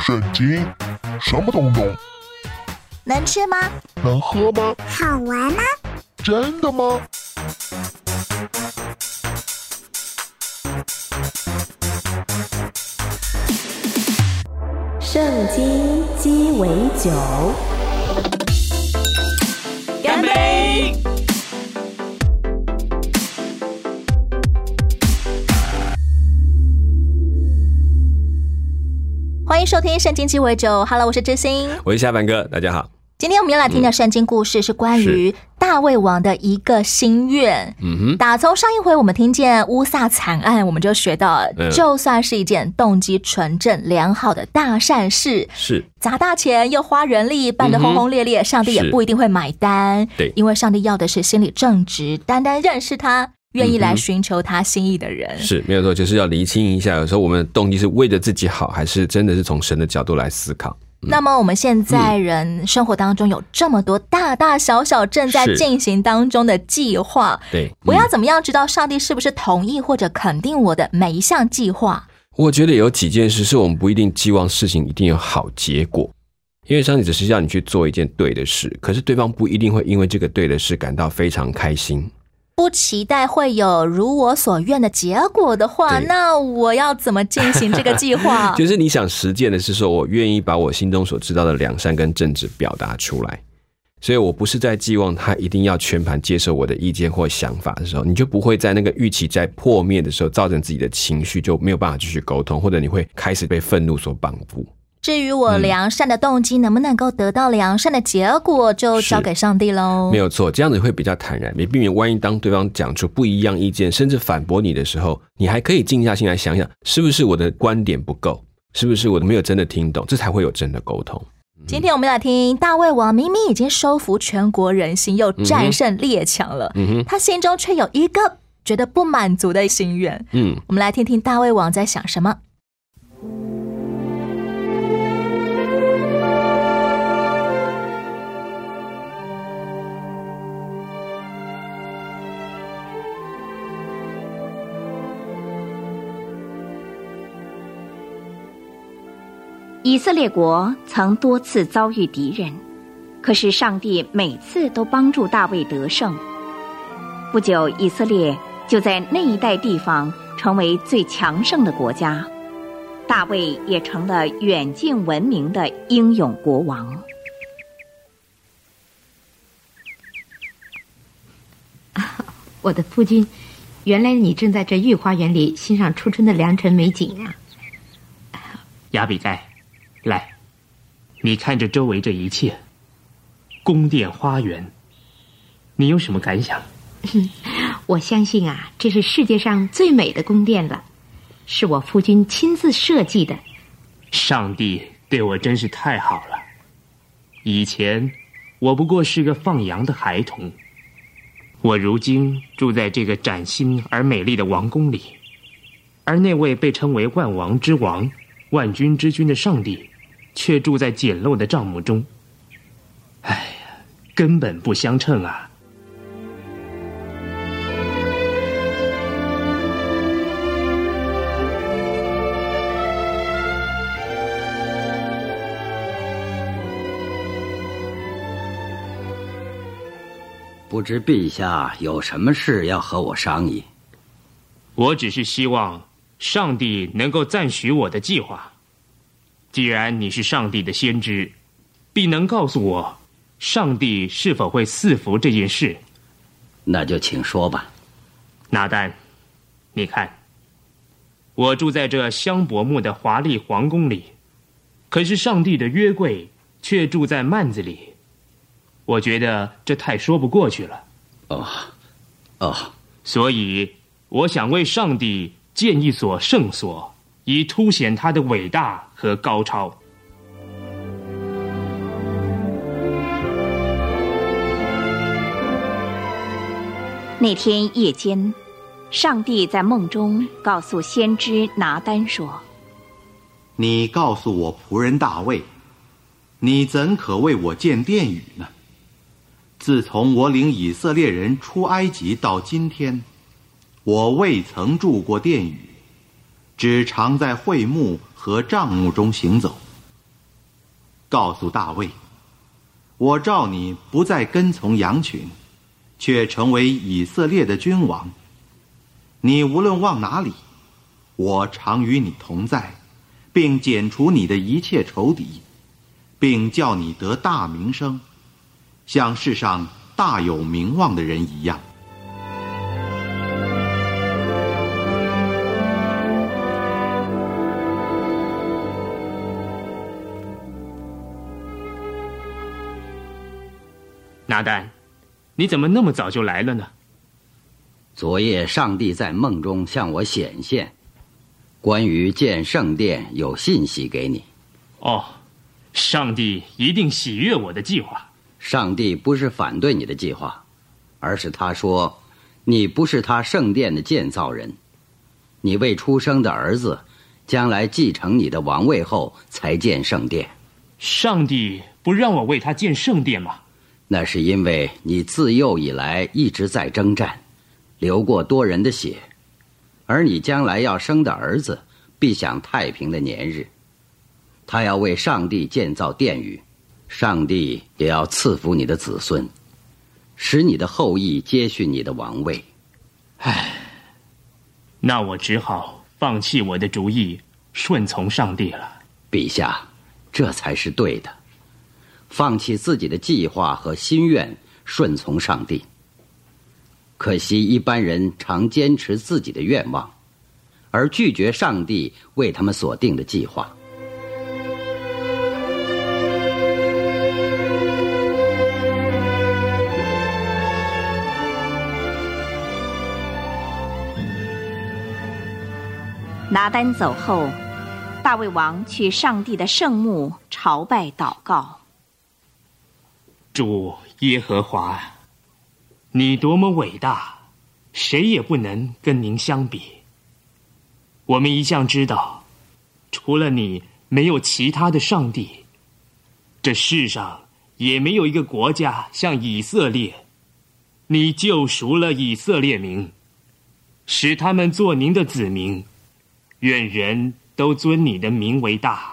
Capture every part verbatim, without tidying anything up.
圣经，什么东东？ 能吃吗？ 能喝吗？ 好玩吗？ 真的吗？ 圣经鸡尾酒， 干杯！ 欢迎收听圣经鸡尾酒 Hello， 我是知心， 我是夏凡哥，大家好。 今天我们要来听的圣经故事是关于大卫王的一个心愿。嗯哼，打从上一回我们听见乌撒惨案，我们就学到，嗯、就算是一件动机纯正良好的大善事， 是砸大钱又花人力办得轰轰烈烈，嗯、上帝也不一定会买单。对，因为上帝要的是心里正直、单单认识他、愿意来寻求他心意的人。 嗯、是没有错，就是要厘清一下，有时候我们的动机是为了自己好，还是真的是从神的角度来思考。 那么我们现在人生活当中有这么多大大小小正在进行当中的计划， 对， 我要怎么样知道上帝是不是同意或者肯定我的每一项计划？ 我觉得有几件事是我们不一定期望事情一定有好结果，因为上帝只是要你去做一件对的事，可是对方不一定会因为这个对的事感到非常开心。 不期待会有如我所愿的结果的话，那我要怎么进行这个计划？ 就是你想实践的是说，我愿意把我心中所知道的良善跟正直表达出来，所以我不是在寄望他一定要全盘接受我的意见或想法的时候，你就不会在那个预期在破灭的时候造成自己的情绪就没有办法继续沟通，或者你会开始被愤怒所绑缚。 至于我良善的动机能不能够得到良善的结果，就交给上帝咯。 没有错，这样子会比较坦然，也避免万一当对方讲出不一样意见甚至反驳你的时候，你还可以静下心来想想，是不是我的观点不够，是不是我没有真的听懂，这才会有真的沟通。 今天我们来听大卫王明明已经收服全国人心，又战胜列强了，嗯、他心中却有一个觉得不满足的心愿。嗯，我们来听听大卫王在想什么。 以色列国曾多次遭遇敌人，可是上帝每次都帮助大卫得胜。不久，以色列就在那一带地方成为最强盛的国家，大卫也成了远近闻名的英勇国王。 啊，我的夫君，原来你正在这御花园里欣赏初春的良辰美景啊！ 亚比该，来，你看这周围这一切，宫殿花园，你有什么感想？ 我相信啊，这是世界上最美的宫殿了，是我夫君亲自设计的。 上帝对我真是太好了。以前我不过是个放羊的孩童，我如今住在这个崭新而美丽的王宫里，而那位被称为万王之王、万军之君的上帝却住在简陋的帐幕中。哎呀，根本不相称啊！ 不知陛下有什么事要和我商议？ 我只是希望上帝能够赞许我的计划。既然你是上帝的先知，必能告诉我上帝是否会赐福这件事。 那就请说吧。 拿单，你看，我住在这香柏木的华丽皇宫里，可是上帝的约柜却住在幔子里，我觉得这太说不过去了。 哦，哦， 所以我想为上帝建一所圣所，以凸显他的伟大和高超。 那天夜间，上帝在梦中告诉先知拿单说： 你告诉我仆人大卫，你怎可为我建殿宇呢？自从我领以色列人出埃及到今天，我未曾住过殿宇，只常在会幕和帐幕中行走。 告诉大卫，我召你不再跟从羊群，却成为以色列的君王。你无论往哪里，我常与你同在，并剪除你的一切仇敌，并叫你得大名声，像世上大有名望的人一样。 拿单，你怎么那么早就来了呢？ 昨夜上帝在梦中向我显现，关于建圣殿有信息给你。 哦，上帝一定喜悦我的计划。 上帝不是反对你的计划，而是他说，你不是他圣殿的建造人，你未出生的儿子将来继承你的王位后才建圣殿。 上帝不让我为他建圣殿吗？ 那是因为你自幼以来一直在征战，流过多人的血，而你将来要生的儿子必享太平的年日。他要为上帝建造殿宇，上帝也要赐福你的子孙，使你的后裔接续你的王位。 唉，那我只好放弃我的主意，顺从上帝了。 陛下，这才是对的。放弃自己的计划和心愿，顺从上帝。可惜一般人常坚持自己的愿望，而拒绝上帝为他们所定的计划。 拿单走后，大卫王去上帝的圣幕朝拜祷告。 主耶和华，你多么伟大，谁也不能跟您相比。我们一向知道，除了你，没有其他的上帝。这世上也没有一个国家像以色列。你救赎了以色列民，使他们做您的子民。愿人都尊你的名为大。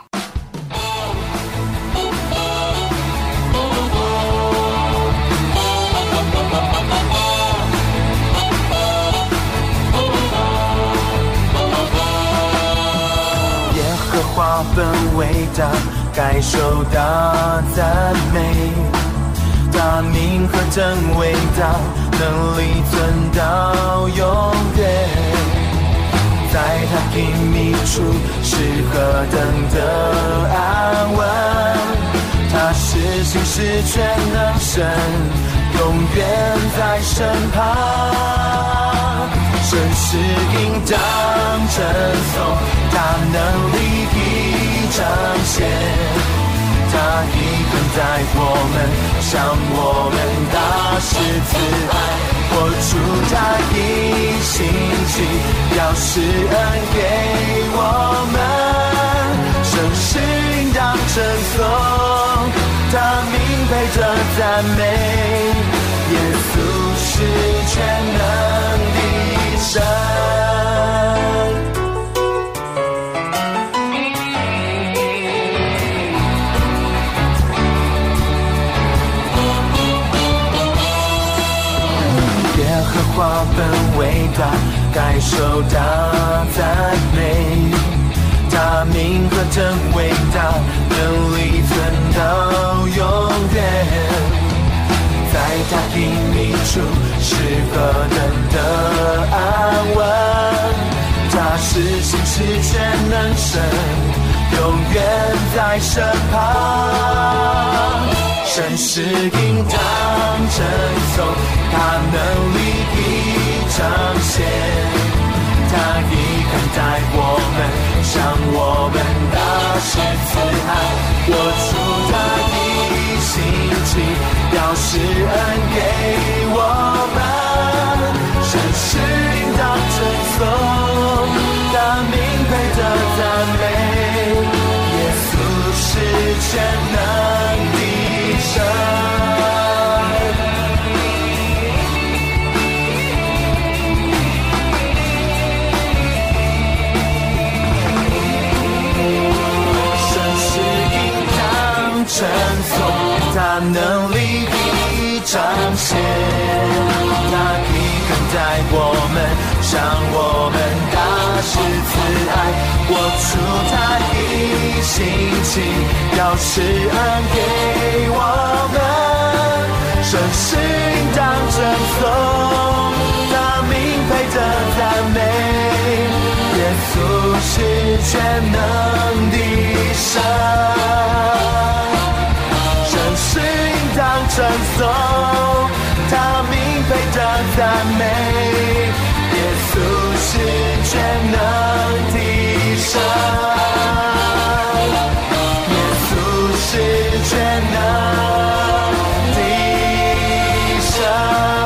本伟大，该受到赞美。他名何等伟大，能力存到永远。在他隐秘处是何等的安稳。他是心是全能神，永远在身旁。神是应当称颂，他能力已彰显，他已恒在我们，向我们大施慈爱，活出他一心情，表示恩给我们。神是应当称颂，他名配着赞美，耶稣是全能的神。话本伟大，该受到赞美。他名何等伟大，能力存到永远。在他隐秘处是何等的安稳。他是心是全能神，永远在身旁。神是应当称颂，他能力已彰显，他已看待我们，向我们大施慈爱，活出他的心情，表示恩给我们。神是应当称颂，他名配的赞美，耶稣是全能的神。称称颂，他能力已彰显，他已更待我们，向我们大施慈爱，活出他的心情，要施恩给我们，圣事应当称颂，他名配得赞美，耶稣是全能的神，圣事应当称颂，他名配得赞美，耶稣是全能的神，耶稣是全能的神。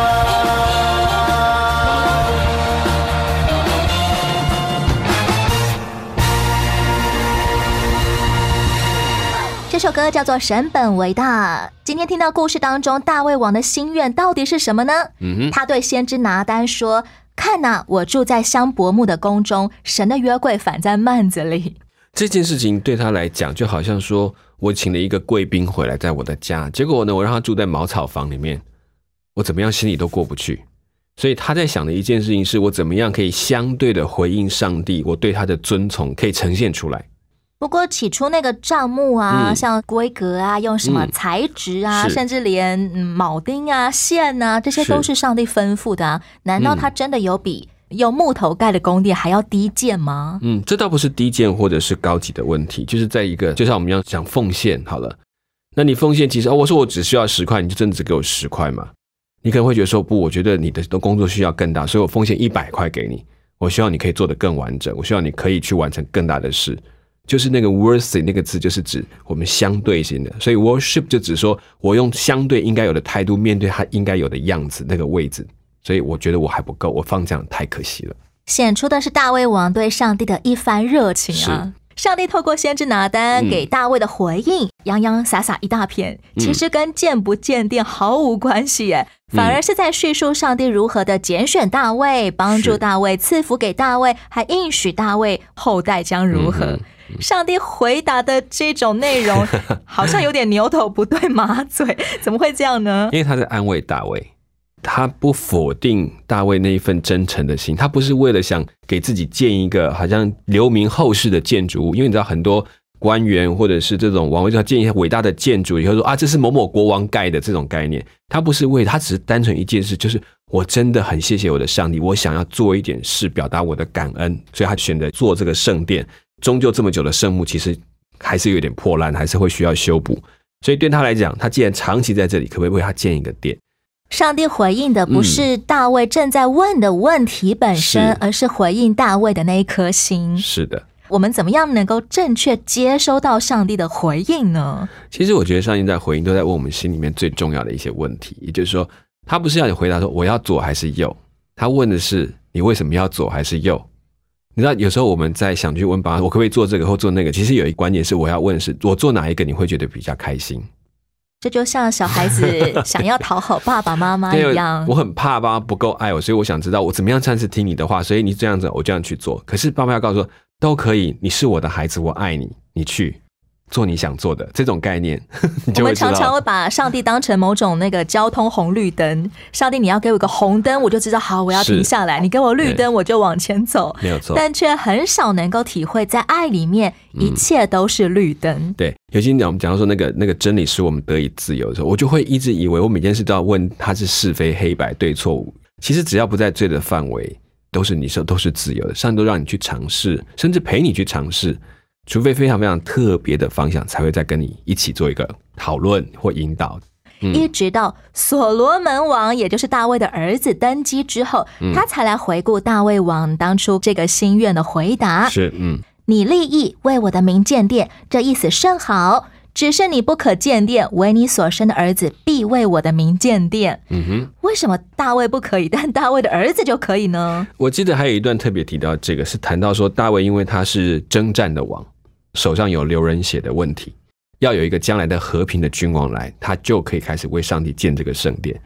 这首歌叫做《神本为大》。今天听到故事当中大卫王的心愿到底是什么呢？嗯、他对先知拿单说：看哪、啊，我住在香柏木的宫中，神的约柜反在幔子里。 这件事情对他来讲就好像说我请了一个贵宾回来在我的家，结果呢我让他住在茅草房里面，我怎么样心里都过不去。所以他在想的一件事情是我怎么样可以相对的回应上帝，我对他的尊崇可以呈现出来。 不过起初那个帐幕啊、嗯、像规格啊，用什么材质啊、嗯、甚至连、嗯、铆钉啊线啊，这些都是上帝吩咐的啊，难道他真的有比用木头盖的宫殿还要低贱吗？ 嗯，这倒不是低贱或者是高级的问题，就是在一个就像我们要讲奉献好了，那你奉献其实、哦、我说我只需要十块，你就真的只给我十块吗？你可能会觉得说不，我觉得你的工作需要更大，所以我奉献一百块给你，我希望你可以做得更完整，我希望你可以去完成更大的事。就是那个 worthy 那个字就是指我们相对性的，所以 worship 就指说我用相对应该有的态度面对他应该有的样子那个位置，所以我觉得我还不够，我放这样太可惜了。 显出的是大卫王对上帝的一番热情啊！上帝透过先知拿单给大卫的回应、嗯、洋洋洒洒一大片，其实跟建不建殿毫无关系耶、嗯、反而是在叙述上帝如何的拣选大卫，帮助大卫，赐福给大卫，还应许大卫后代将如何、嗯上帝回答的这种内容好像有点牛头不对马嘴，怎么会这样呢？ 因为他在安慰大卫，他不否定大卫那一份真诚的心，他不是为了想给自己建一个好像留名后世的建筑物，因为你知道很多官员或者是这种王位就要建一些伟大的建筑，以后说啊这是某某国王盖的这种概念，他不是为他只是单纯一件事，就是我真的很谢谢我的上帝，我想要做一点事表达我的感恩，所以他选择做这个圣殿。终究这么久的圣幕其实还是有点破烂，还是会需要修补，所以对他来讲，他既然长期在这里，可不可以为他建一个殿？ 上帝回应的不是大卫正在问的问题本身、嗯、而是回应大卫的那一颗心。 是的， 我们怎么样能够正确接收到上帝的回应呢？ 其实我觉得上帝在回应都在问我们心里面最重要的一些问题，也就是说他不是要你回答说我要左还是右，他问的是你为什么要左还是右。你知道有时候我们在想去问爸爸我可不可以做这个或做那个，其实有一个观点是我要问的是我做哪一个你会觉得比较开心。 这就像小孩子想要讨好爸爸妈妈一样我很怕爸爸不够爱我，所以我想知道我怎么样才是听你的话，所以你这样子我这样去做，可是爸爸要告诉我都可以，你是我的孩子，我爱你，你去做你想做的这种概念你就会知道。 我们常常会把上帝当成某种那个交通红绿灯，上帝你要给我一个红灯我就知道好我要停下来，你给我绿灯我就往前走， 没有错， 但却很少能够体会在爱里面一切都是绿灯、嗯、 对，尤其我们讲到说那个那个真理使我们得以自由的时候，我就会一直以为我每件事都要问他是是非黑白对错误，其实只要不在罪的范围都是你说都是自由的，上帝都让你去尝试，甚至陪你去尝试，除非非常非常特别的方向才会再跟你一起做一个讨论或引导、 嗯、一直到所罗门王也就是大卫的儿子登基之后、嗯、他才来回顾大卫王当初这个心愿的回答是嗯， 你立意为我的名建殿，这意思甚好，只是你不可建殿，唯你所生的儿子必为我的名建殿。嗯哼，为什么大卫不可以，但大卫的儿子就可以呢？ 我记得还有一段特别提到这个，是谈到说大卫因为他是征战的王，手上有流人血的问题，要有一个将来的和平的君王来，他就可以开始为上帝建这个圣殿。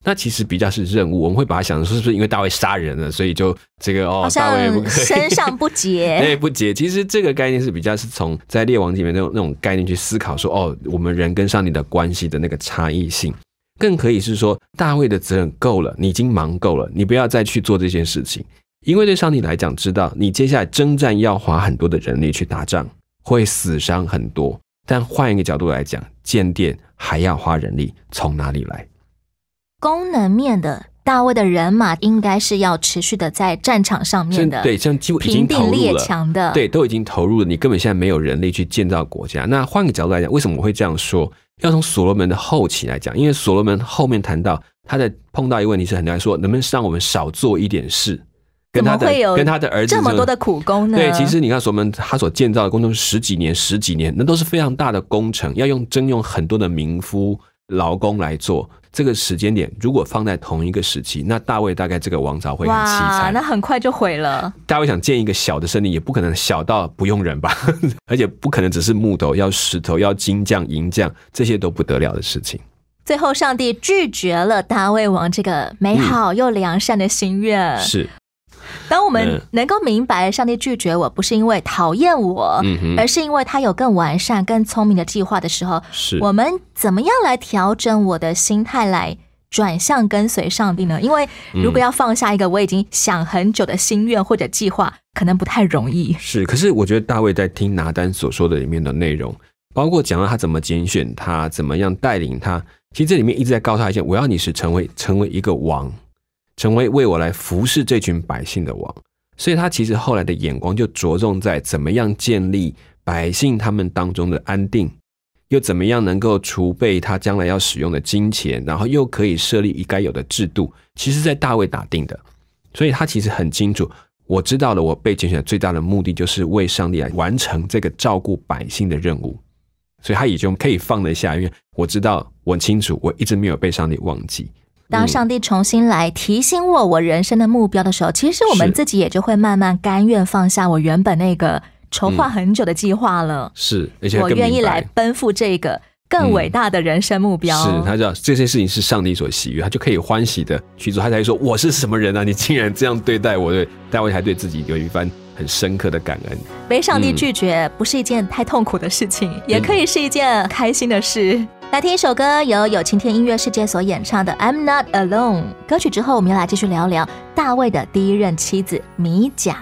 那其实比较是任务，我们会把它想成是不是因为大卫杀人了，所以就这个哦，大卫不可以身上不洁， 对，不洁。其实这个概念是比较是从在列王纪里面那种那种概念去思考说，哦，我们人跟上帝的关系的那个差异性，更可以是说大卫的责任够了，你已经忙够了，你不要再去做这件事情，因为对上帝来讲，知道你接下来征战要花很多的人力去打仗，会死伤很多。但换一个角度来讲，建殿还要花人力，从哪里来？ 功能面的，大卫的人马应该是要持续的在战场上面的， 对，像几乎已经投入了， 平定列强的， 对，都已经投入了，你根本现在没有人力去建造国家。那换个角度来讲，为什么我会这样说？要从所罗门的后期来讲，因为所罗门后面谈到他的碰到一个问题是很难说，能不能让我们少做一点事？跟他的跟他的儿子这么多的苦工呢？ 对，其实你看所罗门他所建造的工程十几年、十几年，那都是非常大的工程，要用征用很多的民夫劳工来做。这个时间点如果放在同一个时期，那大卫大概这个王朝会很凄惨， 哇，那很快就毁了。 大卫想建一个小的圣殿，也不可能小到不用人吧，而且不可能只是木头，要石头，要金匠、银匠，这些都不得了的事情。 最后，上帝拒绝了大卫王这个美好又良善的心愿。 嗯、是。 当我们能够明白上帝拒绝我不是因为讨厌我、嗯、而是因为他有更完善更聪明的计划的时候， 是我们怎么样来调整我的心态来转向跟随上帝呢？因为如果要放下一个我已经想很久的心愿或者计划、嗯、可能不太容易。 是，可是我觉得大卫在听拿单所说的里面的内容，包括讲到他怎么拣选他，怎么样带领他，其实这里面一直在告诉他一件，我要你是成为成为一个王，成为为我来服侍这群百姓的王。所以他其实后来的眼光就着重在怎么样建立百姓他们当中的安定，又怎么样能够储备他将来要使用的金钱，然后又可以设立该有的制度，其实在大卫打定的。所以他其实很清楚，我知道了我被拣选最大的目的就是为上帝来完成这个照顾百姓的任务，所以他也就可以放得下，因为我知道我很清楚我一直没有被上帝忘记。 当上帝重新来提醒我我人生的目标的时候，其实我们自己也就会慢慢甘愿放下我原本那个筹划很久的计划了、嗯、 是，而且我愿意来奔赴这个更伟大的人生目标、 嗯、是，他知道这些事情是上帝所喜悦，他就可以欢喜的去做，他才会说我是什么人啊，你竟然这样对待我。对，大卫还对自己有一番很深刻的感恩。 被上帝拒绝不是一件太痛苦的事情、嗯、也可以是一件开心的事。来听一首歌，由有晴天音乐世界所演唱的 I'm Not Alone。 歌曲之后我们要来继续聊聊大卫的第一任妻子米甲。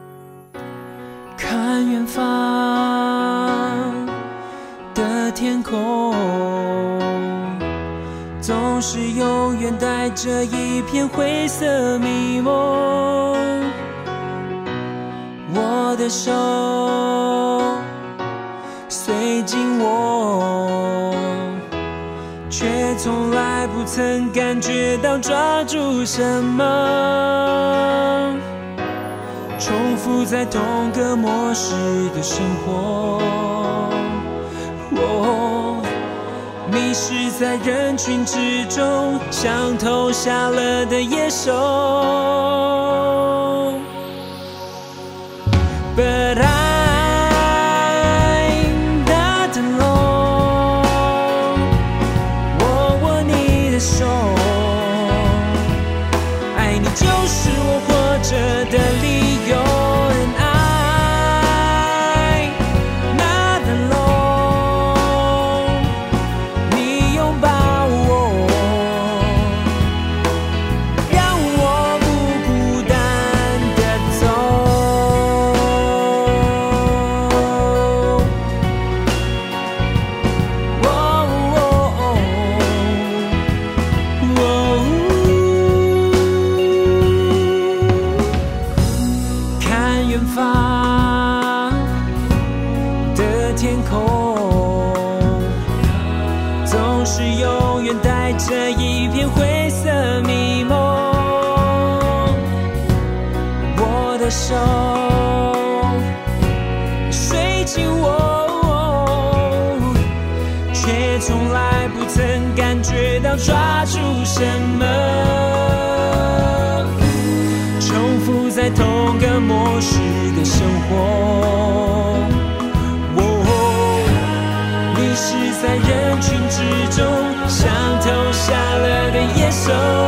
看远方的天空，总是永远带着一片灰色迷蒙，我的手随紧握，却从来不曾感觉到抓住什么，重复在同个模式的生活，哦，迷失在人群之中，像投下了的野兽。 But I'm not alone， 我握你的手，爱你就是我活着的理由。And I'm not alone， 你拥抱我，让我不孤单地走。哦哦哦哦，看远方的天空，总是永远带着一片灰色迷蒙，我的手随紧握，却从来不曾感觉到抓住什么，重复在同个模式的生活，哦，迷失在人群之中，像投下了的野兽。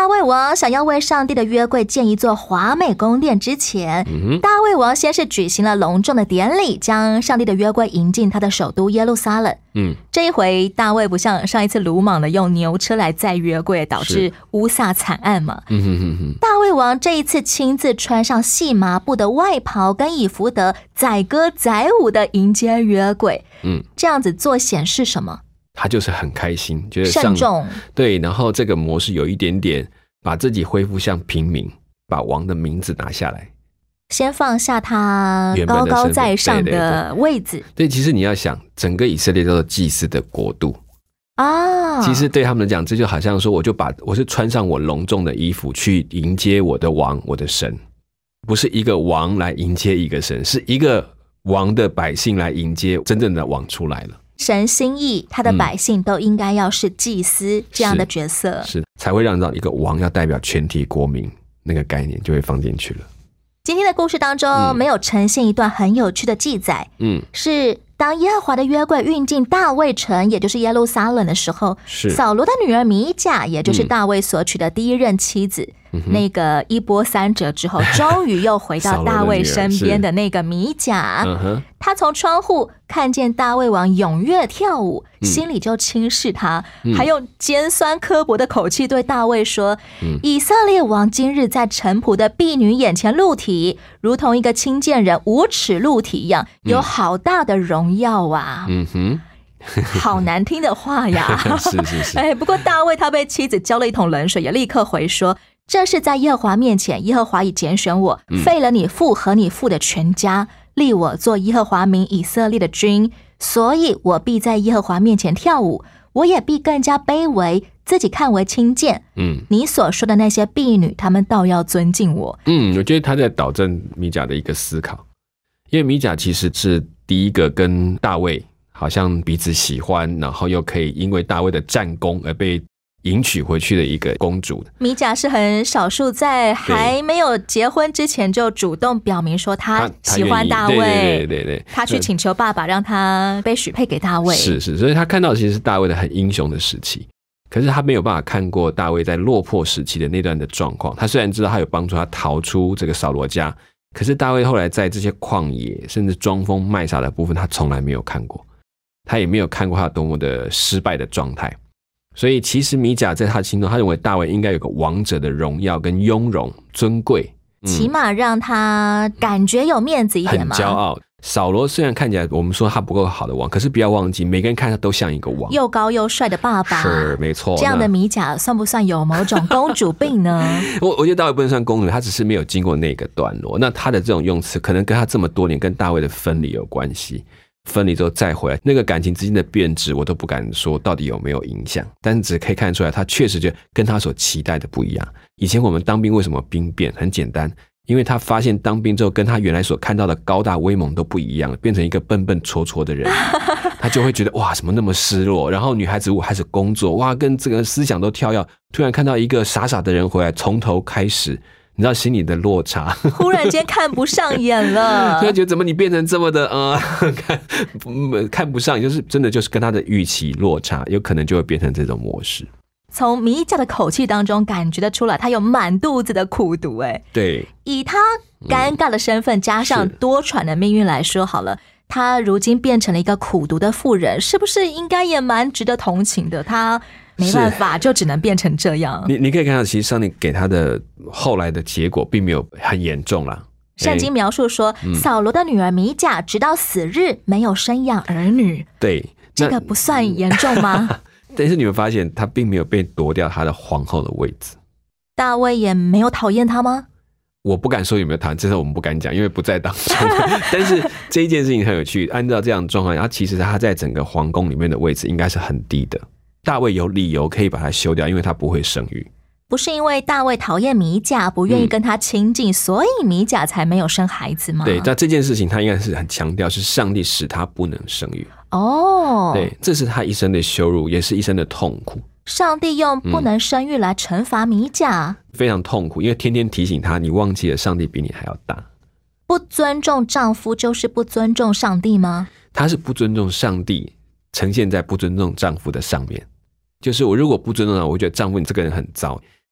大卫王想要为上帝的约柜建一座华美宫殿之前、嗯、大卫王先是举行了隆重的典礼，将上帝的约柜迎进他的首都耶路撒冷。嗯，这一回大卫不像上一次鲁莽的用牛车来载约柜，导致乌撒惨案嘛。嗯哼哼哼，大卫王这一次亲自穿上细麻布的外袍跟以弗得，载歌载舞的迎接约柜。嗯，这样子做显示什么？ 他就是很开心，觉得慎重。 对，然后这个模式有一点点把自己恢复像平民，把王的名字拿下来， 先放下他高高在上的位置。 对, 对, 对, 对，其实你要想，整个以色列都是祭司的国度啊。其实对他们来讲，这就好像说，我就把我是穿上我隆重的衣服去迎接我的王，我的神，不是一个王来迎接一个神，是一个王的百姓来迎接真正的王出来了。 神心意，他的百姓都应该要是祭司、嗯、这样的角色， 是, 是才会让一个王要代表全体国民，那个概念就会放进去了。 今天的故事当中、嗯、没有呈现一段很有趣的记载，嗯，是当耶和华的约柜运进大卫城，也就是耶路撒冷的时候，扫罗的女儿米甲，也就是大卫所娶的第一任妻子、嗯、那个一波三折之后终于又回到大卫身边的那个米甲，他从窗户看见大卫王踊跃跳舞、嗯、心里就轻视他、嗯、还用尖酸刻薄的口气对大卫说、嗯、以色列王今日在臣仆的婢女眼前露体，如同一个轻贱人无耻露体一样，有好大的荣耀啊。嗯哼，好难听的话呀。 是是是。 哎，不过大卫他被妻子浇了一桶冷水，也立刻回说，这是在耶和华面前，耶和华已拣选我、嗯、废了你父和你父的全家，立我做耶和华民以色列的君，所以我必在耶和华面前跳舞，我也必更加卑微，自己看为轻贱。嗯，你所说的那些婢女，他们倒要尊敬我。 嗯，我觉得他在导正米甲的一个思考，因为米甲其实是第一个跟大卫好像彼此喜欢，然后又可以因为大卫的战功而被迎娶回去的一个公主。 米甲是很少数在还没有结婚之前就主动表明说他喜欢大卫， 对对对对， 他去请求爸爸让他被许配给大卫。 是是，所以他看到其实是大卫的很英雄的时期，可是他没有办法看过大卫在落魄时期的那段的状况。他虽然知道他有帮助他逃出这个扫罗家，可是大卫后来在这些旷野甚至装疯卖傻的部分他从来没有看过，他也没有看过他多么的失败的状态。所以其实米甲在他心中，他认为大卫应该有个王者的荣耀跟雍容尊贵、 嗯、起码让他感觉有面子一点嘛， 很骄傲。扫罗虽然看起来我们说他不够好的王，可是不要忘记每个人看他都像一个王， 又高又帅的爸爸， 是没错。 这样的米甲算不算有某种公主病呢？ 我我觉得大卫不能算公主，他只是没有经过那个段落。那他的这种用词可能跟他这么多年跟大卫的分离有关系，分离之后再回来，那个感情之间的变质我都不敢说到底有没有影响，但是只可以看出来他确实就跟他所期待的不一样。以前我们当兵为什么兵变？很简单，因为他发现当兵之后跟他原来所看到的高大威猛都不一样了，变成一个笨笨戳戳的人，他就会觉得哇怎么那么失落。然后女孩子开始工作，哇跟这个思想都跳跃，突然看到一个傻傻的人回来，从头开始，你知道心里的落差， 忽然间看不上眼了， 就觉得怎么你变成这么的呃看看不上，就是真的就是跟他的预期落差，有可能就会变成这种模式。 从米甲的口气当中感觉得出来，他有满肚子的苦毒。哎， 对， 以他尴尬的身份、嗯、加上多舛的命运来说好了，他如今变成了一个苦毒的妇人，是不是应该也蛮值得同情的？他没办法，就只能变成这样。 你你可以看到，其实上帝给他的后来的结果并没有很严重啦。 圣经描述说，欸、扫罗的女儿米甲直到死日没有生养儿女。 对， 这个不算严重吗？ 但是你们发现，他并没有被夺掉他的皇后的位置。 大卫也没有讨厌他吗？ 我不敢说有没有讨厌，这是我们不敢讲，因为不在当中。但是这一件事情很有趣，按照这样的状况，他其实他在整个皇宫里面的位置应该是很低的。大卫有理由可以把他休掉，因为他不会生育。 不是因为大卫讨厌米甲，不愿意跟他亲近、嗯、所以米甲才没有生孩子吗？ 对，但这件事情他应该是很强调，是上帝使他不能生育。 哦， 对，这是他一生的羞辱，也是一生的痛苦。 上帝用不能生育来惩罚米甲、嗯， 非常痛苦，因为天天提醒他，你忘记了上帝比你还要大。 不尊重丈夫就是不尊重上帝吗？ 他是不尊重上帝，呈现在不尊重丈夫的上面。就是我如果不尊重他，我觉得丈夫你这个人很糟，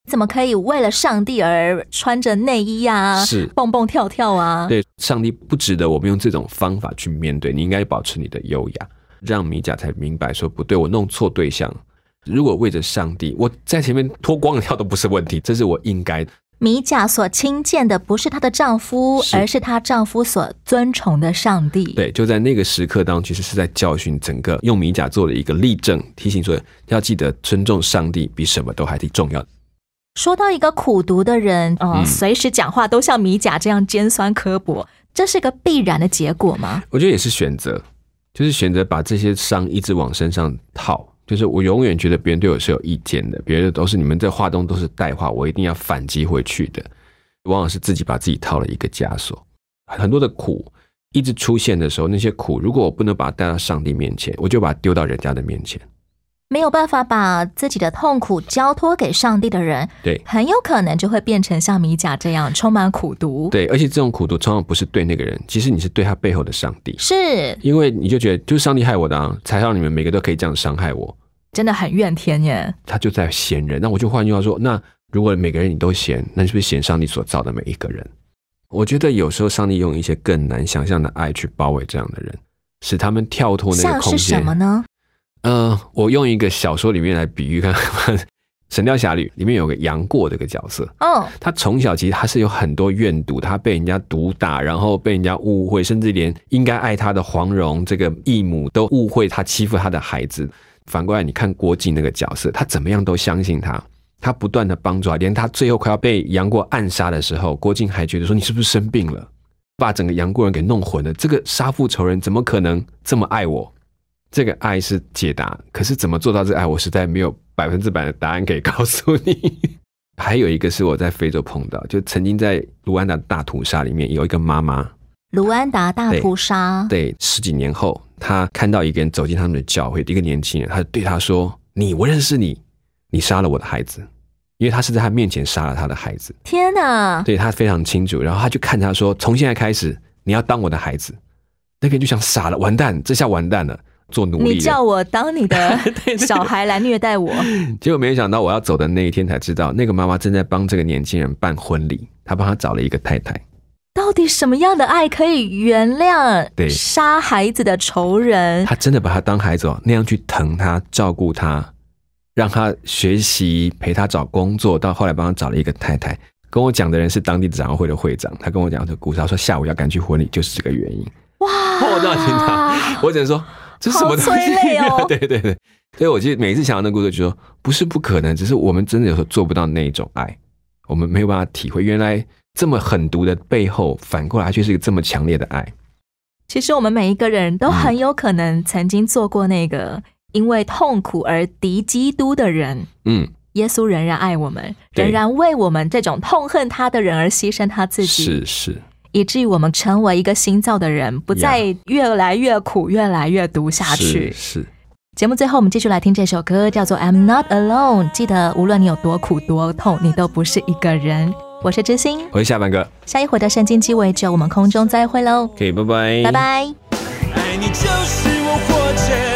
怎么可以为了上帝而穿着内衣啊， 是蹦蹦跳跳啊？ 对，上帝不值得我们用这种方法去面对，你应该保持你的优雅，让米甲才明白说不对，我弄错对象。如果为着上帝，我在前面脱光了跳都不是问题，这是我应该的。 米甲所亲近的不是她的丈夫，而是她丈夫所尊崇的上帝。 对，就在那个时刻当中，其实是在教训整个用米甲做了一个例证，提醒说要记得尊重上帝比什么都还重要。 说到一个苦读的人，哦、嗯，随时讲话都像米甲这样尖酸刻薄，这是个必然的结果吗？ 我觉得也是选择，就是选择把这些伤一直往身上套。就是我永远觉得别人对我是有意见的，别人都是你们这话中都是带话，我一定要反击回去的。往往是自己把自己套了一个枷锁。很多的苦一直出现的时候，那些苦如果我不能把它带到上帝面前，我就把它丢到人家的面前。 没有办法把自己的痛苦交托给上帝的人， 对， 很有可能就会变成像米甲这样充满苦毒。 对，而且这种苦毒通常不是对那个人，其实你是对他背后的上帝。 是， 因为你就觉得就是上帝害我的啊，才让你们每个都可以这样伤害我， 真的很怨天耶。他就在嫌人。那我就换句话说，那如果每个人你都嫌，那是不是嫌上帝所造的每一个人？我觉得有时候上帝用一些更难想象的爱去包围这样的人，使他们跳脱那个空间。 像是什么呢？ 呃，我用一个小说里面来比喻看看，《神雕侠侣》里面有个杨过这个角色， 哦， 他从小其实他是有很多怨毒，他被人家毒打，然后被人家误会，甚至连应该爱他的黄蓉这个义母都误会他欺负他的孩子。反过来你看郭靖那个角色，他怎么样都相信他，他不断的帮助他，连他最后快要被杨过暗杀的时候，郭靖还觉得说你是不是生病了，把整个杨过人给弄混了，这个杀父仇人怎么可能这么爱我？这个爱是解答，可是怎么做到这个爱，我实在没有百分之百的答案可以告诉你。还有一个是我在非洲碰到，就曾经在卢安达大屠杀里面有一个妈妈， 卢安达大屠杀， 对，对，十几年后，她看到一个人走进他们的教会，一个年轻人，她对他说：“你，我认识你，你杀了我的孩子。”因为他是在他面前杀了他的孩子。 天哪！ 对，他非常清楚，然后他就看他说：“从现在开始，你要当我的孩子。”那个人就想傻了，完蛋，这下完蛋了。做奴隶， 你叫我当你的小孩来虐待我。 结果没想到我要走的那一天才知道，那个妈妈正在帮这个年轻人办婚礼，她帮他找了一个太太。 到底什么样的爱可以原谅杀孩子的仇人？ 他真的把他当孩子哦，那样去疼他、照顾他，让他学习，陪他找工作，到后来帮他找了一个太太。跟我讲的人是当地的长老会的会长，他跟我讲这个故事，他说下午要赶去婚礼，就是这个原因。 哇！ 我到现场，我只能说。这是什么东西？ 好催泪哦！ 对对对，所以我记得每一次想到那个故事，就说不是不可能，只是我们真的有时候做不到那一种爱，我们没有办法体会，原来这么狠毒的背后，反过来却是一个这么强烈的爱。 其实我们每一个人都很有可能曾经做过那个因为痛苦而敌基督的人。 嗯， 耶稣仍然爱我们，仍然为我们这种痛恨他的人而牺牲他自己。 是是。 以至于我们成为一个新造的人，不再越来越苦，越来越毒下去。 是是。 节目最后，我们继续来听这首歌，叫做《I'm Not Alone》。记得，无论你有多苦多痛，你都不是一个人。我是知心， 我是下半个。 下一回的圣经鸡尾酒，我们空中再会喽。 可以，拜拜， 拜拜。 爱你就是我活着